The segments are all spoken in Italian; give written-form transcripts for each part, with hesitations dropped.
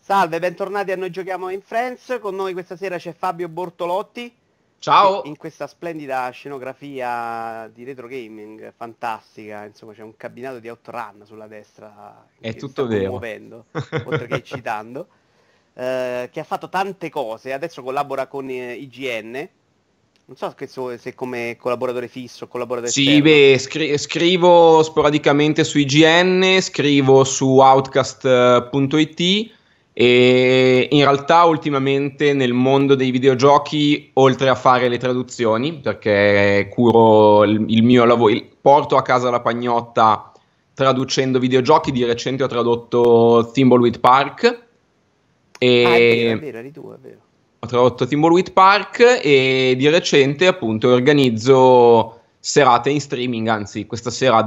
Salve, bentornati a Noi Giochiamo in Friends. Con noi questa sera c'è Fabio Bortolotti. Ciao, In questa splendida scenografia di retro gaming fantastica, insomma, c'è un cabinato di Outrun sulla destra è che sta tutto vero. commuovendo, oltre che eccitando, che ha fatto tante cose. Adesso collabora con IGN. Non so se come collaboratore fisso o collaboratore Sì, esterno. beh, scrivo sporadicamente su IGN, scrivo su Outcast.it e in realtà ultimamente nel mondo dei videogiochi, oltre a fare le traduzioni, perché curo il mio lavoro, porto a casa la pagnotta traducendo videogiochi, di recente ho tradotto Thimbleweed Park Ah, è e vero, eri tu, è vero. ho tradotto Thimbleweed Park e di recente appunto organizzo serate in streaming, anzi questa sera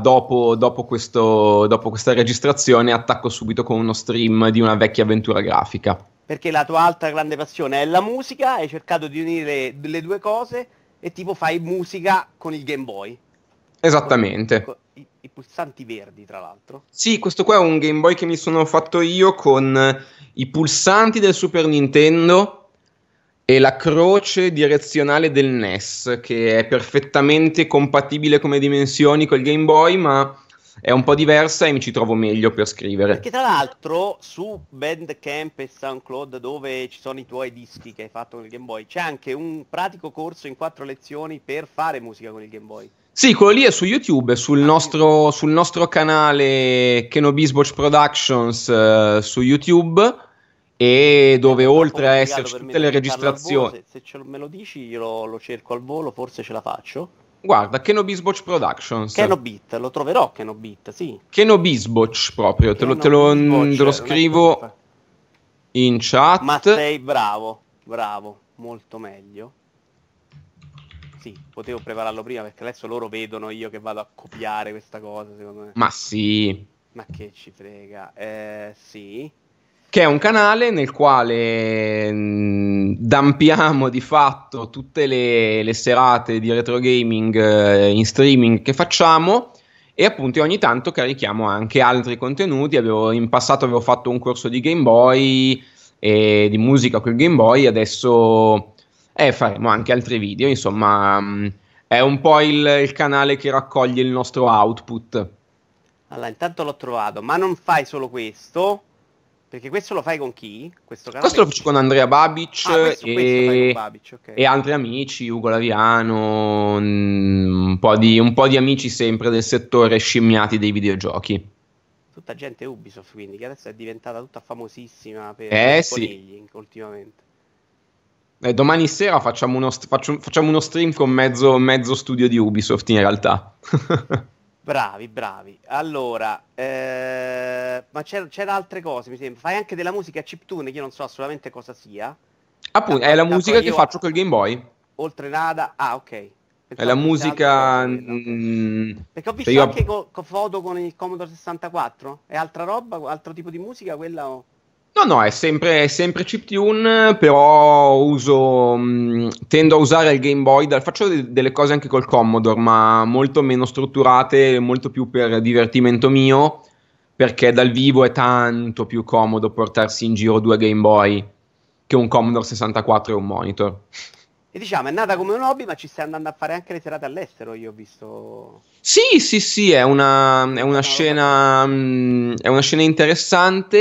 dopo questa registrazione attacco subito con uno stream di una vecchia avventura grafica. Perché la tua altra grande passione è la musica, hai cercato di unire le due cose e tipo fai musica con il Game Boy, Esattamente. con i pulsanti verdi tra l'altro. Sì, questo qua è un Game Boy che mi sono fatto io con i pulsanti del Super Nintendo e la croce direzionale del NES, che è perfettamente compatibile come dimensioni col Game Boy, ma è un po' diversa e mi ci trovo meglio per Perché scrivere. tra l'altro su Bandcamp e SoundCloud dove ci sono i tuoi dischi che hai fatto con il Game Boy, c'è anche un pratico corso in 4 lezioni per fare musica con il Game Boy. Sì, quello lì è su YouTube, è Ah, su YouTube. sul nostro canale Kenobisboch Productions su YouTube, e dove È troppo oltre a complicato esserci per me tutte da le cercarlo al volo, registrazioni, se me lo dici io lo cerco al volo, forse ce la faccio. guarda, Kenobisboch Productions. Kenobit, lo troverò Kenobit, sì. Kenobisboch proprio, te lo Kenobisboch, non è così scrivo in Ma chat. sei bravo, bravo, molto meglio. Sì, potevo prepararlo prima perché adesso loro vedono io che vado a copiare questa cosa, secondo me. Ma sì, Ma che ci frega. Sì. che è un canale nel quale dampiamo di fatto tutte le serate di retro gaming in streaming che facciamo, e appunto ogni tanto carichiamo anche altri contenuti. In passato avevo fatto un corso di Game Boy e di musica col Game Boy, adesso faremo anche altri video, insomma, è un po' il canale che raccoglie il nostro output. Allora, intanto l'ho trovato, ma non fai solo questo, perché questo lo fai con chi? Questo Questo canale lo con faccio chi? con Andrea Babic Ah, questo fai con Babic, ok. e altri amici, Ugo Laviano, un po' di amici sempre del settore scimmiati dei videogiochi. Tutta gente Ubisoft, quindi, che adesso è diventata tutta famosissima per Eh i sì, conigli, ultimamente. domani sera facciamo uno stream con mezzo studio di Ubisoft in realtà. Bravi, bravi. Allora, ma c'era altre cose, mi sembra. Fai anche della musica chiptune, che io non so assolutamente cosa sia. Appunto, è la Calcola, musica che io faccio col Game Boy. oltre nada. Ah, ok. È la Pensavo fosse altra cosa musica... quella, ok. Perché ho cioè visto anche io foto con il Commodore 64. È altra roba, altro tipo di musica quella o... No, no, è sempre chiptune, però tendo a usare il Game Boy, faccio delle cose anche col Commodore, ma molto meno strutturate, molto più per divertimento mio, perché dal vivo è tanto più comodo portarsi in giro due Game Boy che un Commodore 64 e un monitor. E diciamo, è nata come un hobby, ma ci stai andando a fare anche le serate all'estero, io ho visto... Sì, sì, sì, È diventata una roba seria. è una scena interessante,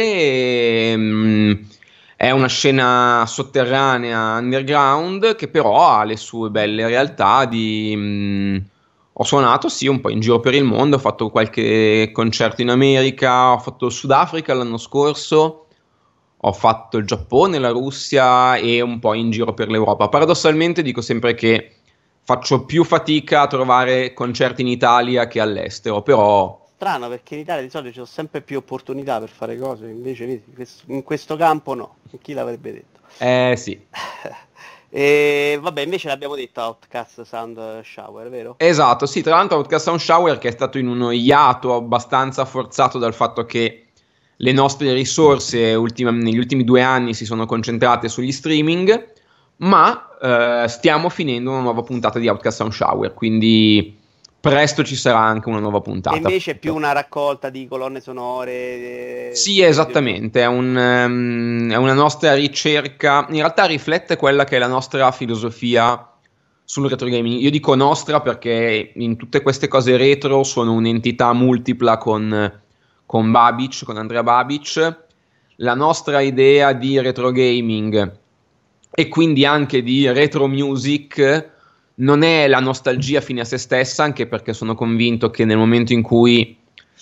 è una scena sotterranea, underground, che però ha le sue belle realtà ho suonato, sì, un po' in giro per il mondo, ho fatto qualche concerto in America, ho fatto il Sudafrica l'anno scorso, ho fatto il Giappone, la Russia e un po' in giro per l'Europa. Paradossalmente dico sempre che faccio più fatica a trovare concerti in Italia che all'estero, però Strano perché in Italia di solito ci sono sempre più opportunità per fare cose, invece vedi, in questo campo no, chi l'avrebbe detto? sì. E vabbè, invece l'abbiamo detto Outcast Sound Shower, vero? Esatto, sì, tra l'altro Outcast Sound Shower che è stato in uno iato abbastanza forzato dal fatto che le nostre risorse negli ultimi 2 anni si sono concentrate sugli streaming, ma stiamo finendo una nuova puntata di Outcast Sound Shower, quindi presto ci sarà anche una nuova puntata. E invece è più una raccolta di colonne sonore. Sì, esattamente, è una nostra ricerca, in realtà riflette quella che è la nostra filosofia sul retro gaming. Io dico nostra perché in tutte queste cose retro sono un'entità multipla con Babic, con Andrea Babic. La nostra idea di retro gaming e quindi anche di retro music non è la nostalgia fine a se stessa, anche perché sono convinto che nel momento in cui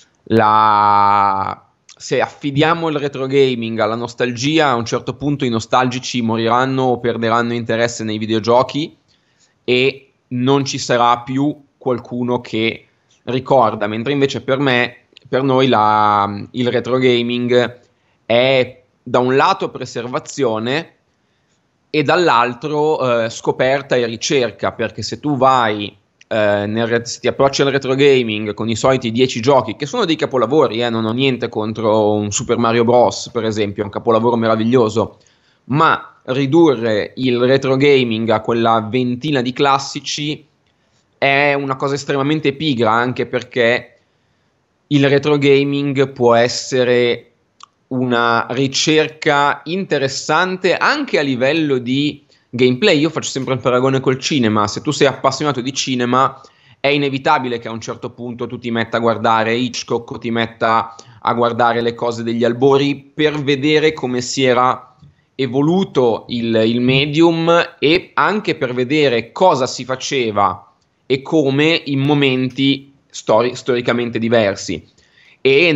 se affidiamo il retro gaming alla nostalgia, a un certo punto i nostalgici moriranno o perderanno interesse nei videogiochi e non ci sarà più qualcuno che ricorda, mentre invece per noi il retro gaming è da un lato preservazione e dall'altro scoperta e ricerca, perché se tu vai se ti approcci al retro gaming con i soliti 10 giochi, che sono dei capolavori, non ho niente contro un Super Mario Bros, per esempio, è un capolavoro meraviglioso, ma ridurre il retro gaming a quella ventina di classici è una cosa estremamente pigra, anche perché il retro gaming può essere una ricerca interessante anche a livello di gameplay. Io faccio sempre il paragone col cinema: se tu sei appassionato di cinema è inevitabile che a un certo punto tu ti metta a guardare Hitchcock o ti metta a guardare le cose degli albori per vedere come si era evoluto il medium e anche per vedere cosa si faceva e come in momenti storicamente diversi. E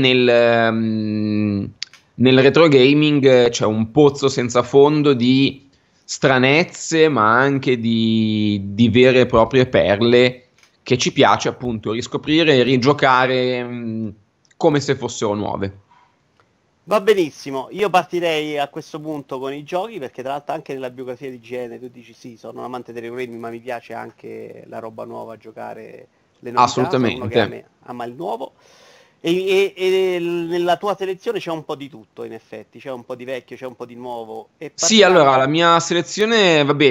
nel retro gaming c'è un pozzo senza fondo di stranezze, ma anche di vere e proprie perle che ci piace appunto riscoprire e rigiocare come se fossero nuove. Va benissimo, io partirei a questo punto con i giochi, perché tra l'altro anche nella biografia di GN tu dici sì, sono un amante dei gaming, ma mi piace anche la roba nuova, giocare le novità. Assolutamente. Sono uno che ama il nuovo. E nella tua selezione c'è un po' di tutto, in effetti, c'è un po' di vecchio, c'è un po' di nuovo. Sì, allora, la mia selezione, vabbè,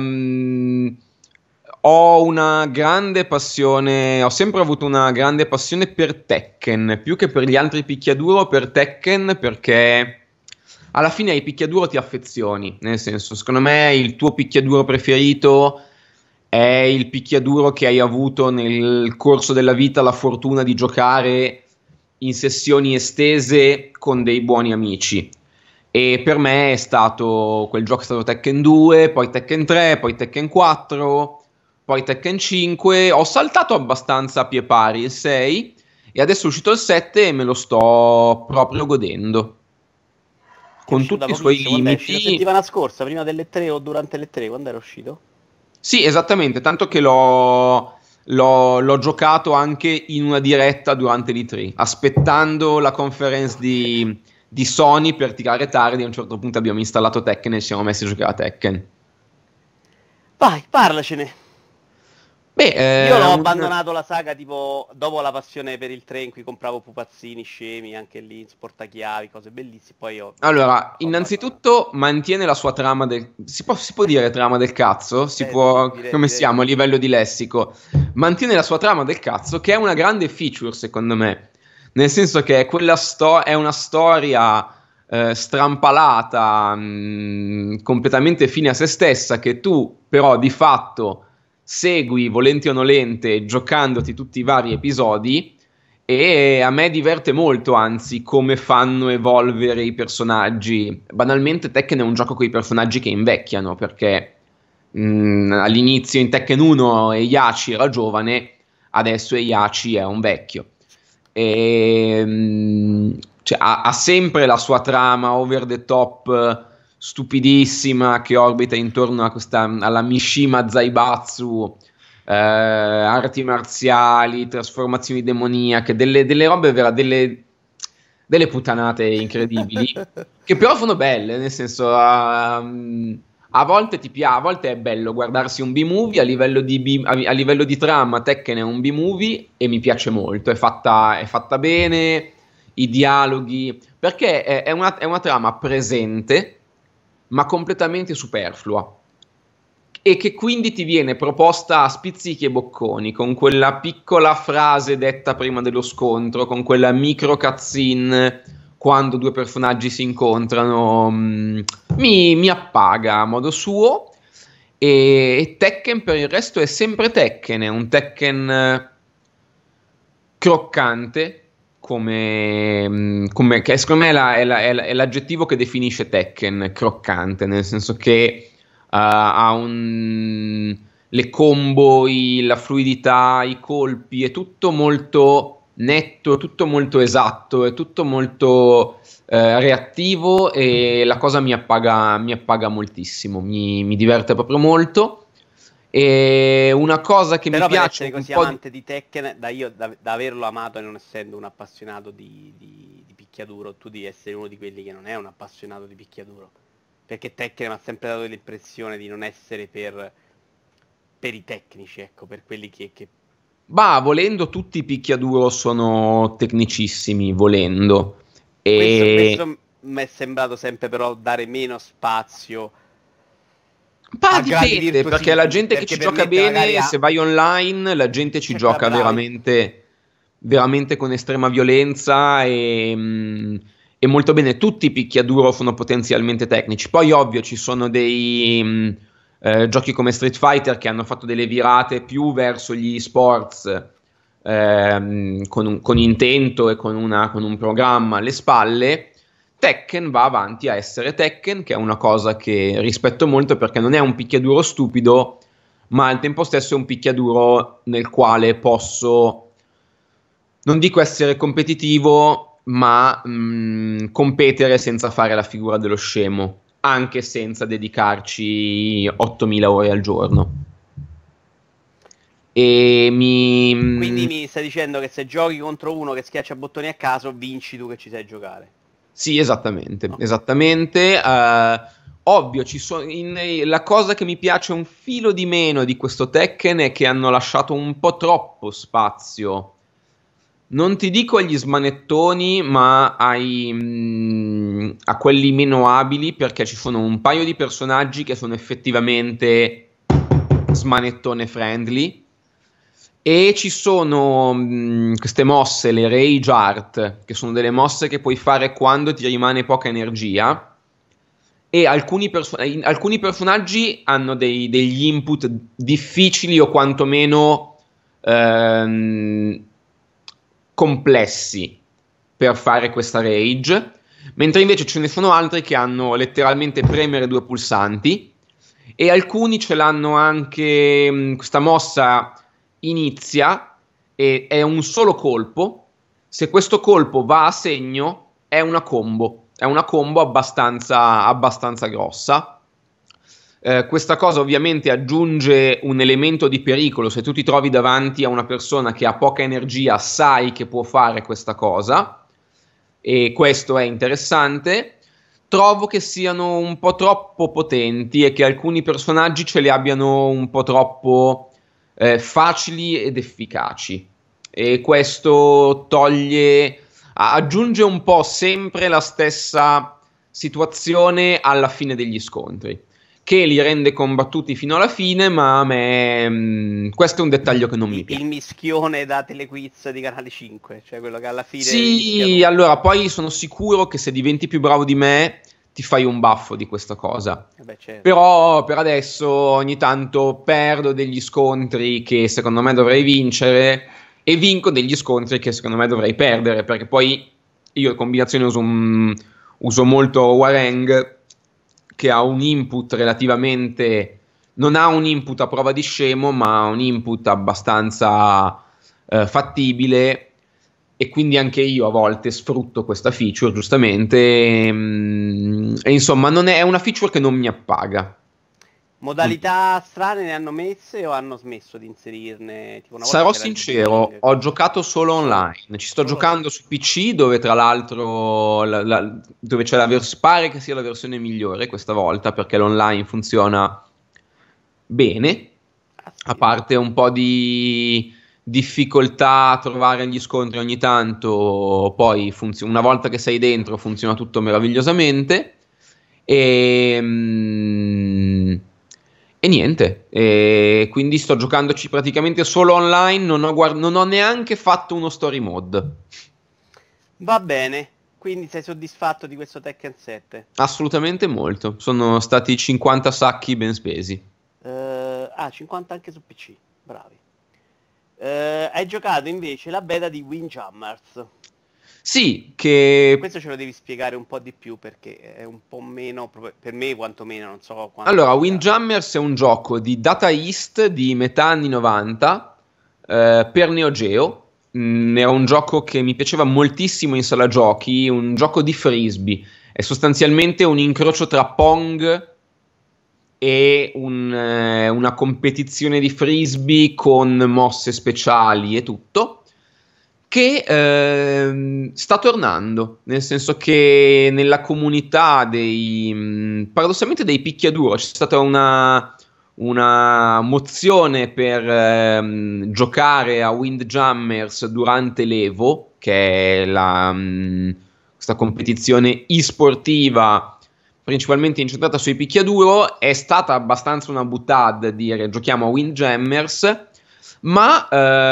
ho una grande passione, ho sempre avuto una grande passione per Tekken, più che per gli altri picchiaduro, per Tekken, perché alla fine ai picchiaduro ti affezioni, nel senso, secondo me il tuo picchiaduro preferito è il picchiaduro che hai avuto nel corso della vita la fortuna di giocare in sessioni estese con dei buoni amici. E per me quel gioco è stato Tekken 2, poi Tekken 3, poi Tekken 4, poi Tekken 5. Ho saltato abbastanza a pie pari il 6 e adesso è uscito il 7 e me lo sto proprio godendo. Con tutti i suoi limiti. La settimana scorsa, prima delle 3 o durante le 3, quando era uscito? Sì, esattamente, tanto che l'ho giocato anche in una diretta durante l'E3, aspettando la conference di Sony per tirare tardi. A un certo punto abbiamo installato Tekken e ci siamo messi a giocare a Tekken. Vai, parlacene. Io l'ho abbandonato la saga tipo dopo la passione per il 3, in cui compravo pupazzini scemi, anche lì, sportachiavi, cose bellissime. Poi allora, innanzitutto mantiene la sua trama si può dire trama del cazzo? Come siamo a livello di lessico? Mantiene la sua trama del cazzo, che è una grande feature secondo me, nel senso che è una storia strampalata, completamente fine a se stessa, che tu però di fatto segui volenti o nolente giocandoti tutti i vari episodi, e a me diverte molto, anzi, come fanno evolvere i personaggi. Banalmente Tekken è un gioco con i personaggi che invecchiano, perché all'inizio in Tekken 1 Heihachi era giovane, adesso Heihachi è un vecchio. Cioè, ha sempre la sua trama over the top stupidissima che orbita intorno alla Mishima Zaibatsu, arti marziali, trasformazioni demoniache, delle robe delle puttanate incredibili che però sono belle, nel senso a volte a volte è bello guardarsi un B-movie. A livello di trama Tekken è un B-movie e mi piace molto, è fatta bene, i dialoghi, perché è una trama presente ma completamente superflua. e che quindi ti viene proposta a spizzichi e bocconi, con quella piccola frase detta prima dello scontro, con quella micro cutscene quando due personaggi si incontrano, mi appaga a modo suo. E Tekken per il resto è sempre Tekken, è un Tekken croccante, che secondo me è l'aggettivo che definisce Tekken, croccante, nel senso che ha le combo, la fluidità, i colpi, è tutto molto netto, tutto molto esatto, è tutto molto reattivo, e la cosa mi appaga moltissimo, mi diverte proprio molto. E una cosa che però mi piace essere così amante di Tekken, da averlo amato e non essendo un appassionato di picchiaduro, tu devi essere uno di quelli che non è un appassionato di picchiaduro, perché Tekken mi ha sempre dato l'impressione di non essere per i tecnici, ecco, per quelli che... Bah, volendo tutti i picchiaduro sono tecnicissimi, volendo. Questo mi è sembrato sempre però dare meno spazio. Dipende, perché la gente che ci gioca bene, se vai online, la gente ci gioca veramente, veramente con estrema violenza e molto bene. Tutti i picchiaduro sono potenzialmente tecnici. Poi, ovvio, ci sono dei giochi come Street Fighter che hanno fatto delle virate più verso gli esports, con intento e con un programma alle spalle. Tekken va avanti a essere Tekken, che è una cosa che rispetto molto, perché non è un picchiaduro stupido, ma al tempo stesso è un picchiaduro nel quale posso, non dico essere competitivo, ma competere senza fare la figura dello scemo, anche senza dedicarci 8000 ore al giorno. Quindi mi stai dicendo che se giochi contro uno che schiaccia bottoni a caso, vinci tu che ci sai giocare? Sì, esattamente, esattamente. Ovvio, la cosa che mi piace un filo di meno di questo Tekken è che hanno lasciato un po' troppo spazio, non ti dico agli smanettoni, ma a quelli meno abili, perché ci sono un paio di personaggi che sono effettivamente smanettone friendly. E ci sono queste mosse, le Rage Art, che sono delle mosse che puoi fare quando ti rimane poca energia, e alcuni personaggi hanno degli input difficili o quantomeno complessi per fare questa Rage, mentre invece ce ne sono altri che hanno letteralmente premere due pulsanti, e alcuni ce l'hanno anche, questa mossa inizia e è un solo colpo. Se questo colpo va a segno è una combo abbastanza grossa. Questa cosa ovviamente aggiunge un elemento di pericolo. Se tu ti trovi davanti a una persona che ha poca energia, sai che può fare questa cosa, e questo è interessante. Trovo che siano un po' troppo potenti e che alcuni personaggi ce li abbiano un po' troppo facili ed efficaci, e questo aggiunge un po' sempre la stessa situazione alla fine degli scontri, che li rende combattuti fino alla fine, ma a me questo è un dettaglio che non mi piace. Il mischione da telequiz di Canale 5, cioè quello che alla fine... Sì, allora poi sono sicuro che se diventi più bravo di me ti fai un baffo di questa cosa. Certo. Però per adesso ogni tanto perdo degli scontri che secondo me dovrei vincere e vinco degli scontri che secondo me dovrei perdere, perché poi io in combinazione uso molto Warang, che ha un input relativamente, non ha un input a prova di scemo, ma ha un input abbastanza fattibile, e quindi anche io a volte sfrutto questa feature, giustamente, e insomma non è una feature che non mi appaga. Modalità strane ne hanno messe o hanno smesso di inserirne? Tipo una volta sarò sincero, ho giocato solo online, ci sto giocando su PC, dove tra l'altro dove c'è pare che sia la versione migliore questa volta, perché l'online funziona bene, a parte un po' di difficoltà a trovare gli scontri ogni tanto, poi una volta che sei dentro funziona tutto meravigliosamente. E E niente, e quindi sto giocandoci praticamente solo online, non ho neanche fatto uno story mode. Va bene, quindi sei soddisfatto di questo Tekken 7? Assolutamente molto, sono stati 50 sacchi ben spesi. 50 anche su PC, bravi. Hai giocato invece la beta di Windjammers. Sì, che... Questo ce lo devi spiegare un po' di più perché è un po' meno, per me quantomeno, non so quanto. Allora, Windjammers è un gioco di Data East di metà anni 90 per Neo Geo. Era un gioco che mi piaceva moltissimo in sala giochi, un gioco di frisbee. È sostanzialmente un incrocio tra Pong e una competizione di frisbee con mosse speciali e tutto, che sta tornando, nel senso che nella comunità paradossalmente dei picchiaduro c'è stata una mozione per giocare a Windjammers durante l'Evo, che è questa competizione e-sportiva principalmente incentrata sui picchiaduro. È stata abbastanza una buttad dire giochiamo a Windjammers, ma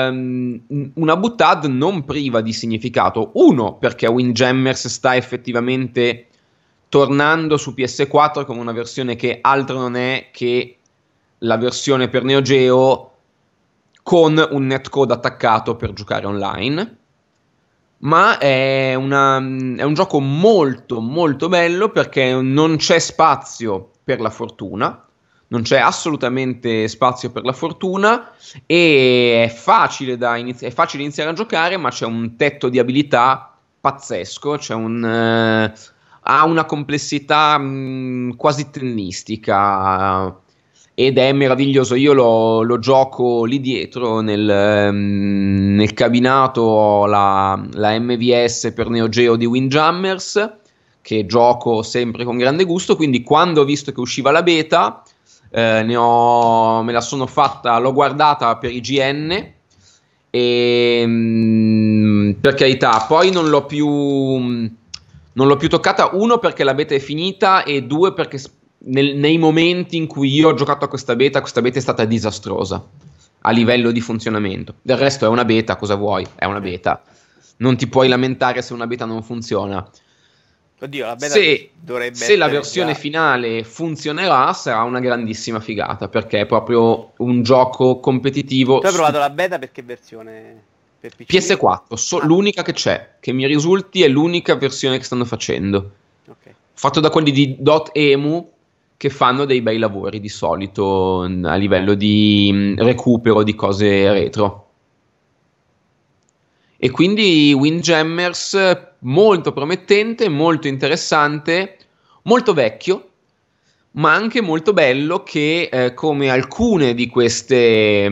una buttad non priva di significato. Uno, perché Windjammers sta effettivamente tornando su PS4 con una versione che altro non è che la versione per Neo Geo con un netcode attaccato per giocare online. Ma è un gioco molto molto bello perché non c'è spazio per la fortuna, non c'è assolutamente spazio per la fortuna, e è facile iniziare a giocare, ma c'è un tetto di abilità pazzesco, ha una complessità quasi tennistica, ed è meraviglioso. Io lo gioco lì dietro nel cabinato, ho la MVS per Neo Geo di Windjammers, che gioco sempre con grande gusto, quindi quando ho visto che usciva la beta me la sono fatta, l'ho guardata per IGN e per carità, poi non l'ho più toccata, uno perché la beta è finita e due perché nei momenti in cui io ho giocato a questa beta è stata disastrosa a livello di funzionamento. Del resto è una beta, cosa vuoi? È una beta. Non ti puoi lamentare se una beta non funziona. Oddio, la beta dovrebbe se la versione finale funzionerà, sarà una grandissima figata, perché è proprio un gioco competitivo. Tu hai provato la beta per che versione? Per PC? PS4, l'unica che c'è, che mi risulti è l'unica versione che stanno facendo. Okay. Fatto da quelli di Dotemu, che fanno dei bei lavori di solito a livello di recupero di cose retro. E quindi Windjammers molto promettente, molto interessante, molto vecchio, ma anche molto bello, che come alcuni di questi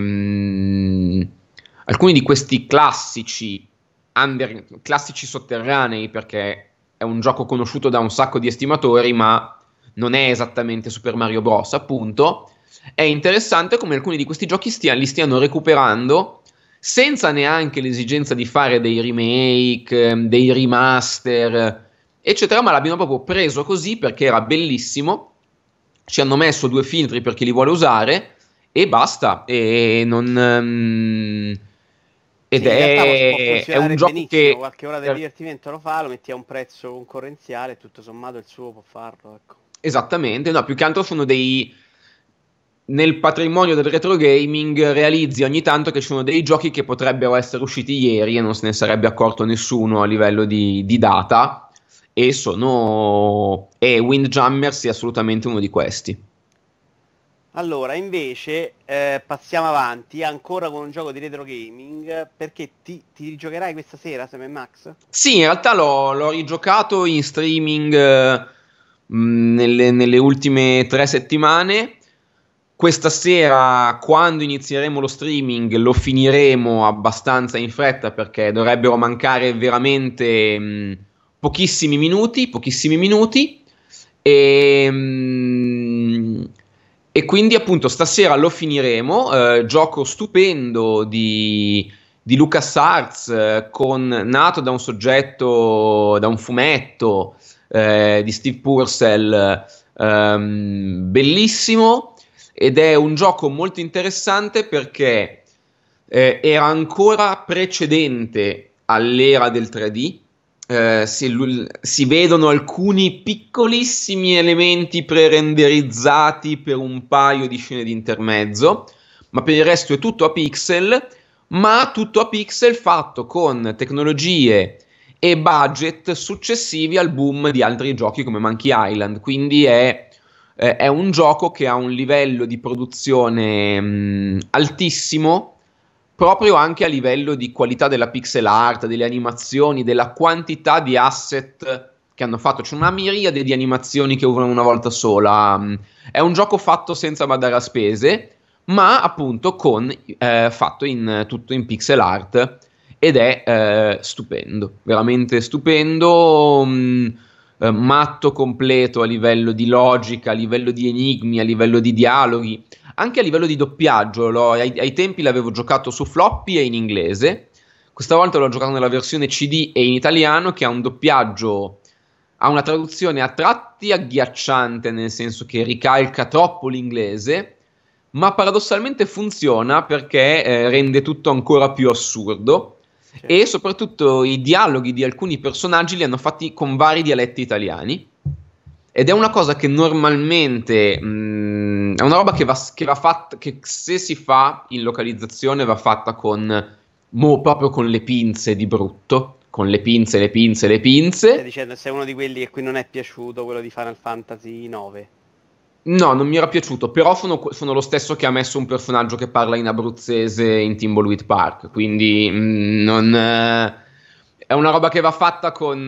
classici sotterranei, perché è un gioco conosciuto da un sacco di estimatori, ma non è esattamente Super Mario Bros. Appunto, è interessante come alcuni di questi giochi li stiano recuperando senza neanche l'esigenza di fare dei remake, dei remaster, eccetera, ma l'abbiano proprio preso così perché era bellissimo, ci hanno messo 2 filtri per chi li vuole usare e basta, e non... ed è un gioco che qualche ora del divertimento lo fa, lo metti a un prezzo concorrenziale, tutto sommato il suo può farlo, ecco. Esattamente, no, più che altro sono nel patrimonio del retro gaming realizzi ogni tanto che ci sono dei giochi che potrebbero essere usciti ieri e non se ne sarebbe accorto nessuno a livello di data, e Windjammers è assolutamente uno di questi. Allora, invece, passiamo avanti ancora con un gioco di retro gaming, perché ti rigiocherai questa sera, Sam & Max? Sì, in realtà l'ho rigiocato in streaming nelle ultime 3 settimane. Questa sera, quando inizieremo lo streaming, lo finiremo abbastanza in fretta, perché dovrebbero mancare veramente pochissimi minuti, e quindi appunto stasera lo finiremo. Gioco stupendo di LucasArts, nato da un soggetto, da un fumetto di Steve Purcell, bellissimo. ed è un gioco molto interessante perché era ancora precedente all'era del 3D. Si vedono alcuni piccolissimi elementi pre-renderizzati per un paio di scene di intermezzo, ma per il resto è tutto a pixel, ma tutto a pixel fatto con tecnologie e budget successivi al boom di altri giochi come Monkey Island. Quindi è un gioco che ha un livello di produzione altissimo, proprio anche a livello di qualità della pixel art, delle animazioni, della quantità di asset che hanno fatto. C'è una miriade di animazioni che usano una volta sola. È un gioco fatto senza badare a spese, ma appunto fatto tutto in pixel art, ed è stupendo, veramente stupendo, matto completo a livello di logica, a livello di enigmi, a livello di dialoghi. Anche a livello di doppiaggio, ai tempi l'avevo giocato su floppy e in inglese, questa volta l'ho giocato nella versione CD e in italiano, che ha un doppiaggio, ha una traduzione a tratti agghiacciante, nel senso che ricalca troppo l'inglese, ma paradossalmente funziona perché rende tutto ancora più assurdo, e soprattutto i dialoghi di alcuni personaggi li hanno fatti con vari dialetti italiani. Ed è una cosa che normalmente è una roba che va fatta, che se si fa in localizzazione va fatta proprio con le pinze di brutto, con le pinze. Stai dicendo, sei uno di quelli che qui non è piaciuto quello di Final Fantasy 9? No, non mi era piaciuto, però sono lo stesso che ha messo un personaggio che parla in abruzzese in Thimbleweed Park, quindi è una roba che va fatta con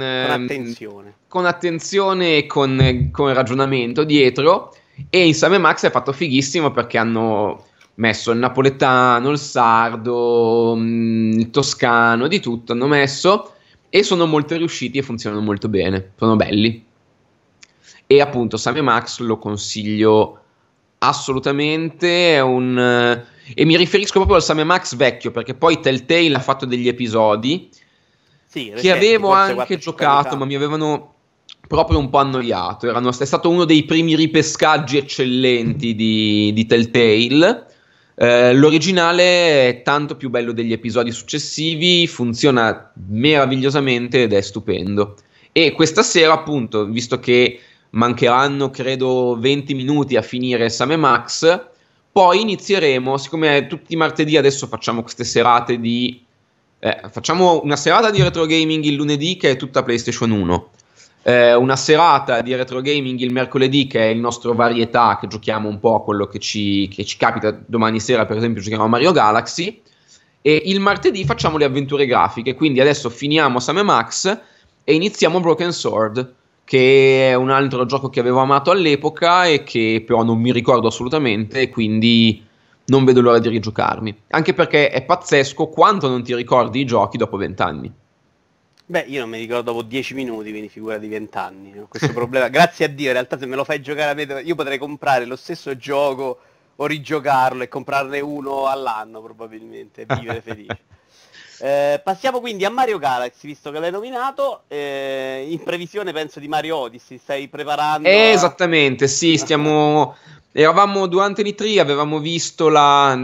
attenzione e con ragionamento dietro. E in Sam & Max è fatto fighissimo perché hanno messo il napoletano, il sardo, il toscano, di tutto hanno messo, e sono molto riusciti e funzionano molto bene, sono belli. E appunto Sam & Max lo consiglio assolutamente, e mi riferisco proprio al Sam & Max vecchio, perché poi Telltale ha fatto degli episodi che avevo anche giocato, ma mi avevano proprio un po' annoiato. È stato uno dei primi ripescaggi eccellenti di Telltale. L'originale è tanto più bello degli episodi successivi, funziona meravigliosamente ed è stupendo. E questa sera, appunto, visto che mancheranno credo 20 minuti a finire Sam & Max, poi inizieremo, siccome tutti i martedì adesso facciamo queste serate facciamo una serata di retro gaming il lunedì, che è tutta PlayStation 1, una serata di retro gaming il mercoledì, che è il nostro varietà, che giochiamo un po' a quello che ci capita. Domani sera per esempio giochiamo a Mario Galaxy, e il martedì facciamo le avventure grafiche. Quindi adesso finiamo Sam & Max e iniziamo Broken Sword, che è un altro gioco che avevo amato all'epoca e che però non mi ricordo assolutamente, e quindi non vedo l'ora di rigiocarmi, anche perché è pazzesco quanto non ti ricordi i giochi dopo 20 anni. Beh, io non mi ricordo dopo 10 minuti, quindi figura di 20 anni. Questo problema, grazie a Dio, in realtà se me lo fai giocare a me, io potrei comprare lo stesso gioco o rigiocarlo e comprarne uno all'anno probabilmente, e vivere felice. Passiamo quindi a Mario Galaxy, visto che l'hai nominato, in previsione penso di Mario Odyssey, stai preparando? Esattamente, sì, eravamo durante l'E3, avevamo visto la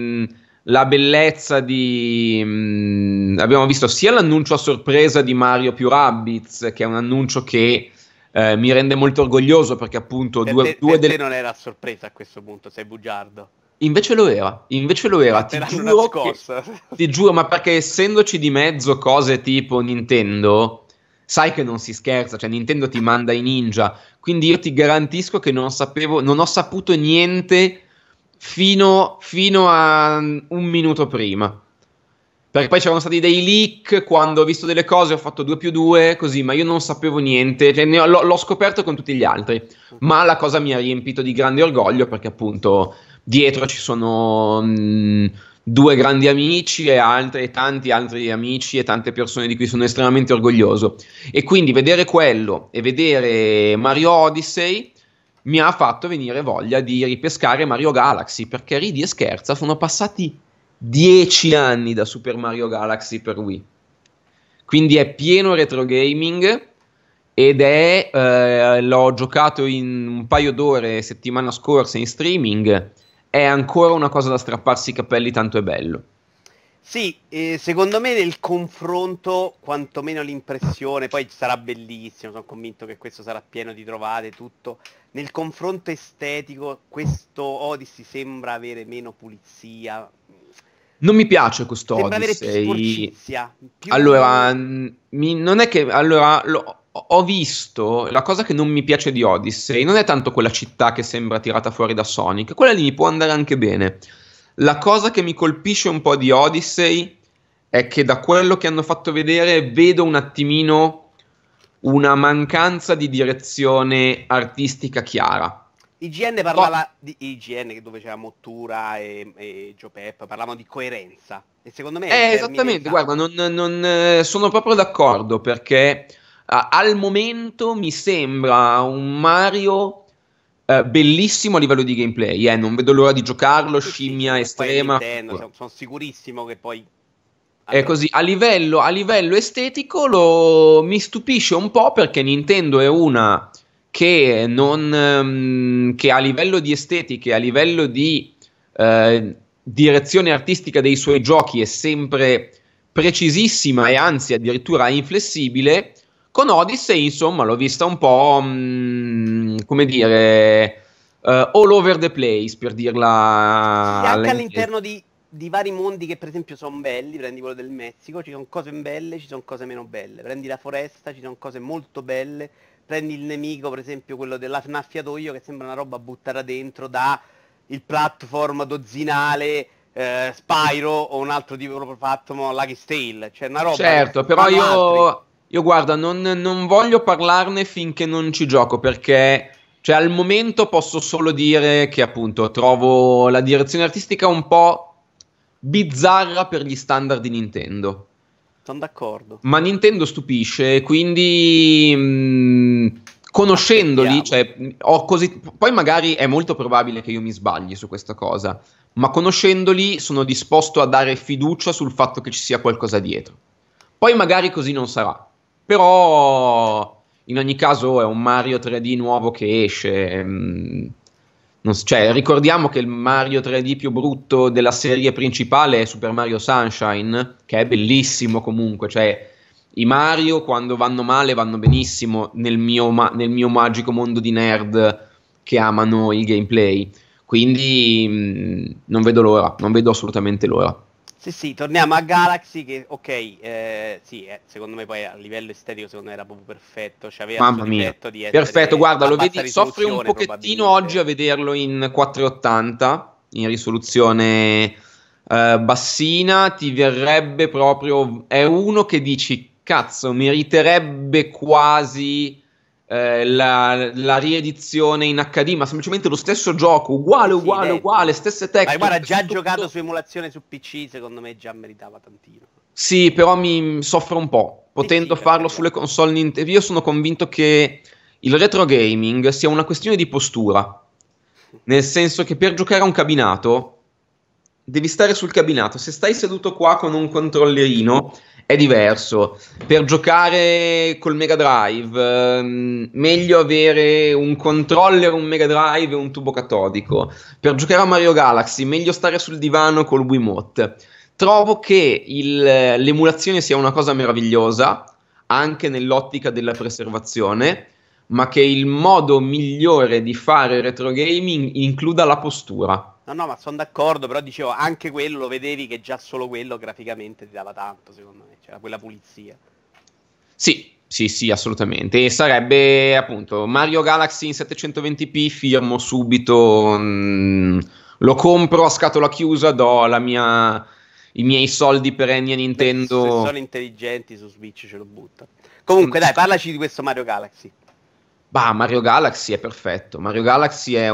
bellezza abbiamo visto sia l'annuncio a sorpresa di Mario più Rabbids, che è un annuncio che mi rende molto orgoglioso, perché appunto te non era a sorpresa a questo punto, sei bugiardo. Invece lo era, ti giuro, ma perché essendoci di mezzo cose tipo Nintendo, sai che non si scherza, cioè Nintendo ti manda i ninja, quindi io ti garantisco che non ho saputo niente fino a un minuto prima, perché poi c'erano stati dei leak, quando ho visto delle cose ho fatto 2+2 così, ma io non sapevo niente, cioè, l'ho scoperto con tutti gli altri, ma la cosa mi ha riempito di grande orgoglio, perché appunto dietro ci sono 2 grandi amici e tanti altri amici e tante persone di cui sono estremamente orgoglioso, e quindi vedere quello e vedere Mario Odyssey mi ha fatto venire voglia di ripescare Mario Galaxy, perché ridi e scherza, sono passati 10 anni da Super Mario Galaxy per Wii, quindi è pieno retro gaming, ed l'ho giocato in un paio d'ore settimana scorsa in streaming, è ancora una cosa da strapparsi i capelli, tanto è bello. Sì, secondo me nel confronto, quantomeno l'impressione, poi sarà bellissimo, sono convinto che questo sarà pieno di trovate, tutto. Nel confronto estetico, questo Odyssey sembra avere meno pulizia. Non mi piace questo Sembra Odyssey. avere più sporcizia. Allora, non è che... Allora, ho visto, la cosa che non mi piace di Odyssey non è tanto quella città che sembra tirata fuori da Sonic, quella lì mi può andare anche bene. La cosa che mi colpisce un po' di Odyssey è che da quello che hanno fatto vedere vedo un attimino una mancanza di direzione artistica chiara. IGN parlava di IGN, dove c'era Mottura e Joe Pep, parlavano di coerenza. E secondo me è esattamente, guarda, non sono proprio d'accordo, perché al momento mi sembra un Mario bellissimo a livello di gameplay, non vedo l'ora di giocarlo, scimmia estrema. Sono sicurissimo che poi... È così, a livello estetico mi stupisce un po', perché Nintendo è una che che a livello di estetica, a livello di direzione artistica dei suoi giochi è sempre precisissima e anzi addirittura inflessibile. Con Odyssey, insomma, l'ho vista un po', come dire, all over the place, per dirla. Sì, anche all'interno di vari mondi che per esempio sono belli, prendi quello del Messico, ci sono cose belle, ci sono cose meno belle. Prendi la foresta, ci sono cose molto belle. Prendi il nemico, per esempio quello dell'annaffiatoio, che sembra una roba buttata dentro da il platform dozzinale Spyro o un altro tipo proprio fatto Lucky's Tale. Cioè una roba. Certo, però io guarda, non voglio parlarne finché non ci gioco, perché cioè, al momento posso solo dire che appunto trovo la direzione artistica un po' bizzarra per gli standard di Nintendo. Sono d'accordo. Ma Nintendo stupisce, quindi conoscendoli, cioè, poi magari è molto probabile che io mi sbagli su questa cosa, ma conoscendoli sono disposto a dare fiducia sul fatto che ci sia qualcosa dietro. Poi magari così non sarà, però in ogni caso è un Mario 3D nuovo che esce. Cioè, ricordiamo che il Mario 3D più brutto della serie principale è Super Mario Sunshine, che è bellissimo comunque. Cioè, i Mario quando vanno male vanno benissimo nel mio magico mondo di nerd che amano il gameplay. Quindi non vedo l'ora, non vedo assolutamente l'ora. Sì, torniamo a Galaxy che, secondo me poi a livello estetico secondo me era proprio perfetto. Mamma mia, di perfetto, guarda, lo vedi, soffri un pochettino oggi a vederlo in 480, in risoluzione bassina, ti verrebbe proprio, è uno che dici, cazzo, meriterebbe quasi la riedizione in HD, ma semplicemente lo stesso gioco, uguale, stesse tecniche. Ma guarda, già giocato su emulazione su PC, secondo me già meritava tantino. Sì, però mi soffre un po', potendo farlo sulle console Nintendo. Io sono convinto che il retro gaming sia una questione di postura, nel senso che per giocare a un cabinato devi stare sul cabinato. Se stai seduto qua con un controllerino è diverso. Per giocare col Mega Drive meglio avere un controller, un Mega Drive e un tubo catodico. Per giocare a Mario Galaxy meglio stare sul divano col Wiimote. Trovo che l'emulazione sia una cosa meravigliosa anche nell'ottica della preservazione, ma che il modo migliore di fare retro gaming includa la postura. No, ma sono d'accordo, però dicevo, anche quello lo vedevi che già solo quello graficamente ti dava tanto, secondo me, c'era quella pulizia. Sì, assolutamente. E sarebbe appunto Mario Galaxy in 720p, firmo subito, lo compro a scatola chiusa, do i miei soldi perenni a Nintendo. Se sono intelligenti su Switch ce lo butta. Comunque dai, parlaci di questo Mario Galaxy. Bah, Mario Galaxy è perfetto. Mario Galaxy è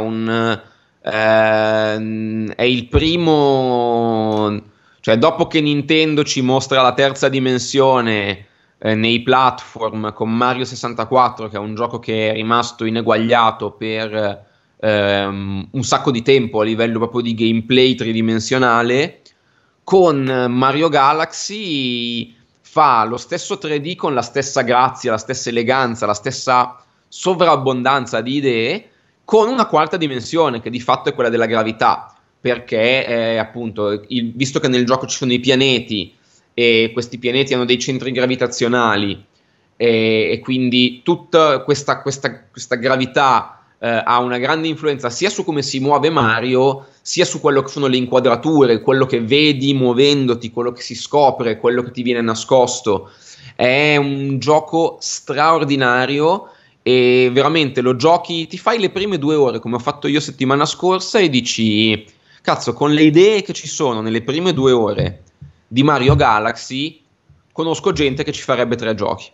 è il primo, cioè dopo che Nintendo ci mostra la terza dimensione nei platform con Mario 64, che è un gioco che è rimasto ineguagliato per un sacco di tempo a livello proprio di gameplay tridimensionale, con Mario Galaxy fa lo stesso 3D con la stessa grazia, la stessa eleganza, la stessa sovrabbondanza di idee, con una quarta dimensione che di fatto è quella della gravità, perché appunto, visto che nel gioco ci sono i pianeti e questi pianeti hanno dei centri gravitazionali e quindi tutta questa gravità ha una grande influenza sia su come si muove Mario, sia su quello che sono le inquadrature, quello che vedi muovendoti, quello che si scopre, quello che ti viene nascosto. È un gioco straordinario e veramente lo giochi, ti fai le prime 2 ore come ho fatto io settimana scorsa e dici, cazzo, con le idee che ci sono nelle prime 2 ore di Mario Galaxy conosco gente che ci farebbe 3 giochi.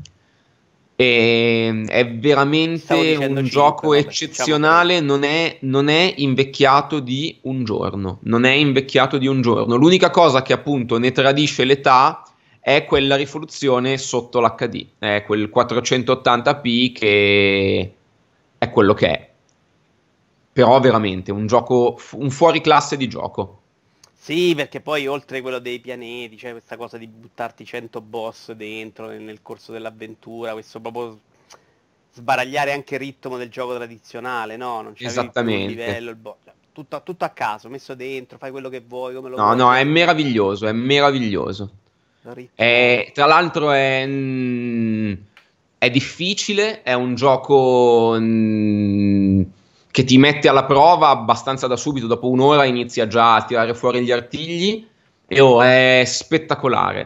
E è veramente un gioco eccezionale, non è invecchiato di un giorno, l'unica cosa che appunto ne tradisce l'età è quella risoluzione sotto l'HD, è quel 480p che è quello che è, però veramente un gioco, un fuoriclasse di gioco. Sì, perché poi oltre quello dei pianeti, c'è questa cosa di buttarti 100 boss dentro nel corso dell'avventura, questo proprio sbaragliare anche il ritmo del gioco tradizionale, no? Non c'è il livello, il boss. Tutto a caso, messo dentro, fai quello che vuoi, come lo vuoi. No, è meraviglioso, è meraviglioso. Tra l'altro è difficile, è un gioco che ti mette alla prova abbastanza da subito, dopo un'ora inizia già a tirare fuori gli artigli e è spettacolare.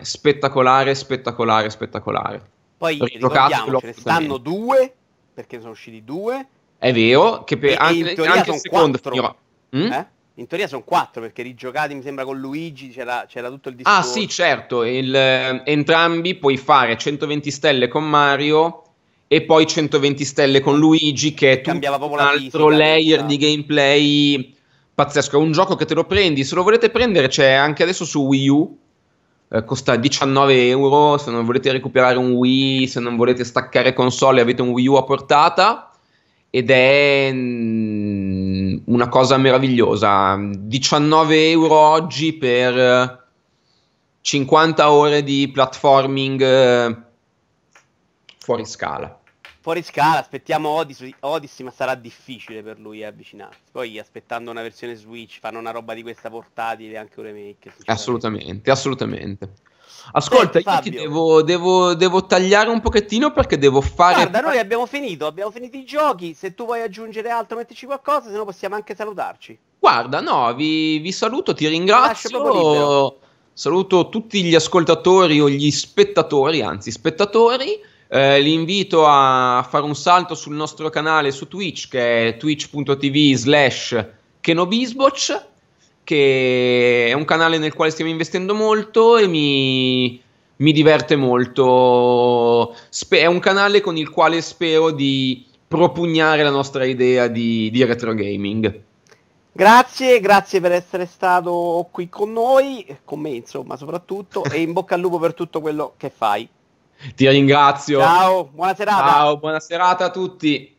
Poi ricordiamo, ce ne stanno 2, perché sono usciti 2. È vero, che anche il secondo finirà. In teoria sono 4, perché rigiocati mi sembra con Luigi, c'era tutto il discorso. Ah sì, certo, entrambi puoi fare 120 stelle con Mario e poi 120 stelle con Luigi, che è tutto un altro layer di gameplay pazzesco. È un gioco che te lo prendi, se lo volete prendere c'è anche adesso su Wii U, costa 19 euro, se non volete recuperare un Wii, se non volete staccare console e avete un Wii U a portata, ed è una cosa meravigliosa. 19 euro oggi per 50 ore di platforming fuori scala. Fuori scala, aspettiamo Odyssey, ma sarà difficile per lui avvicinarsi. Poi aspettando una versione Switch, fanno una roba di questa portatile, anche un remake. Assolutamente. Ascolta, senti, io ti devo tagliare un pochettino perché devo fare... Guarda, noi abbiamo finito i giochi, se tu vuoi aggiungere altro mettici qualcosa, se no possiamo anche salutarci. Guarda, no, vi saluto, ti ringrazio, saluto tutti gli ascoltatori o gli spettatori, li invito a fare un salto sul nostro canale su Twitch, che è twitch.tv/kenobisboch, che è un canale nel quale stiamo investendo molto e mi diverte molto. È un canale con il quale spero di propugnare la nostra idea di retro gaming. Grazie per essere stato qui con noi, con me insomma soprattutto, e in bocca al lupo per tutto quello che fai. Ti ringrazio. Ciao, buona serata. Ciao, buona serata a tutti.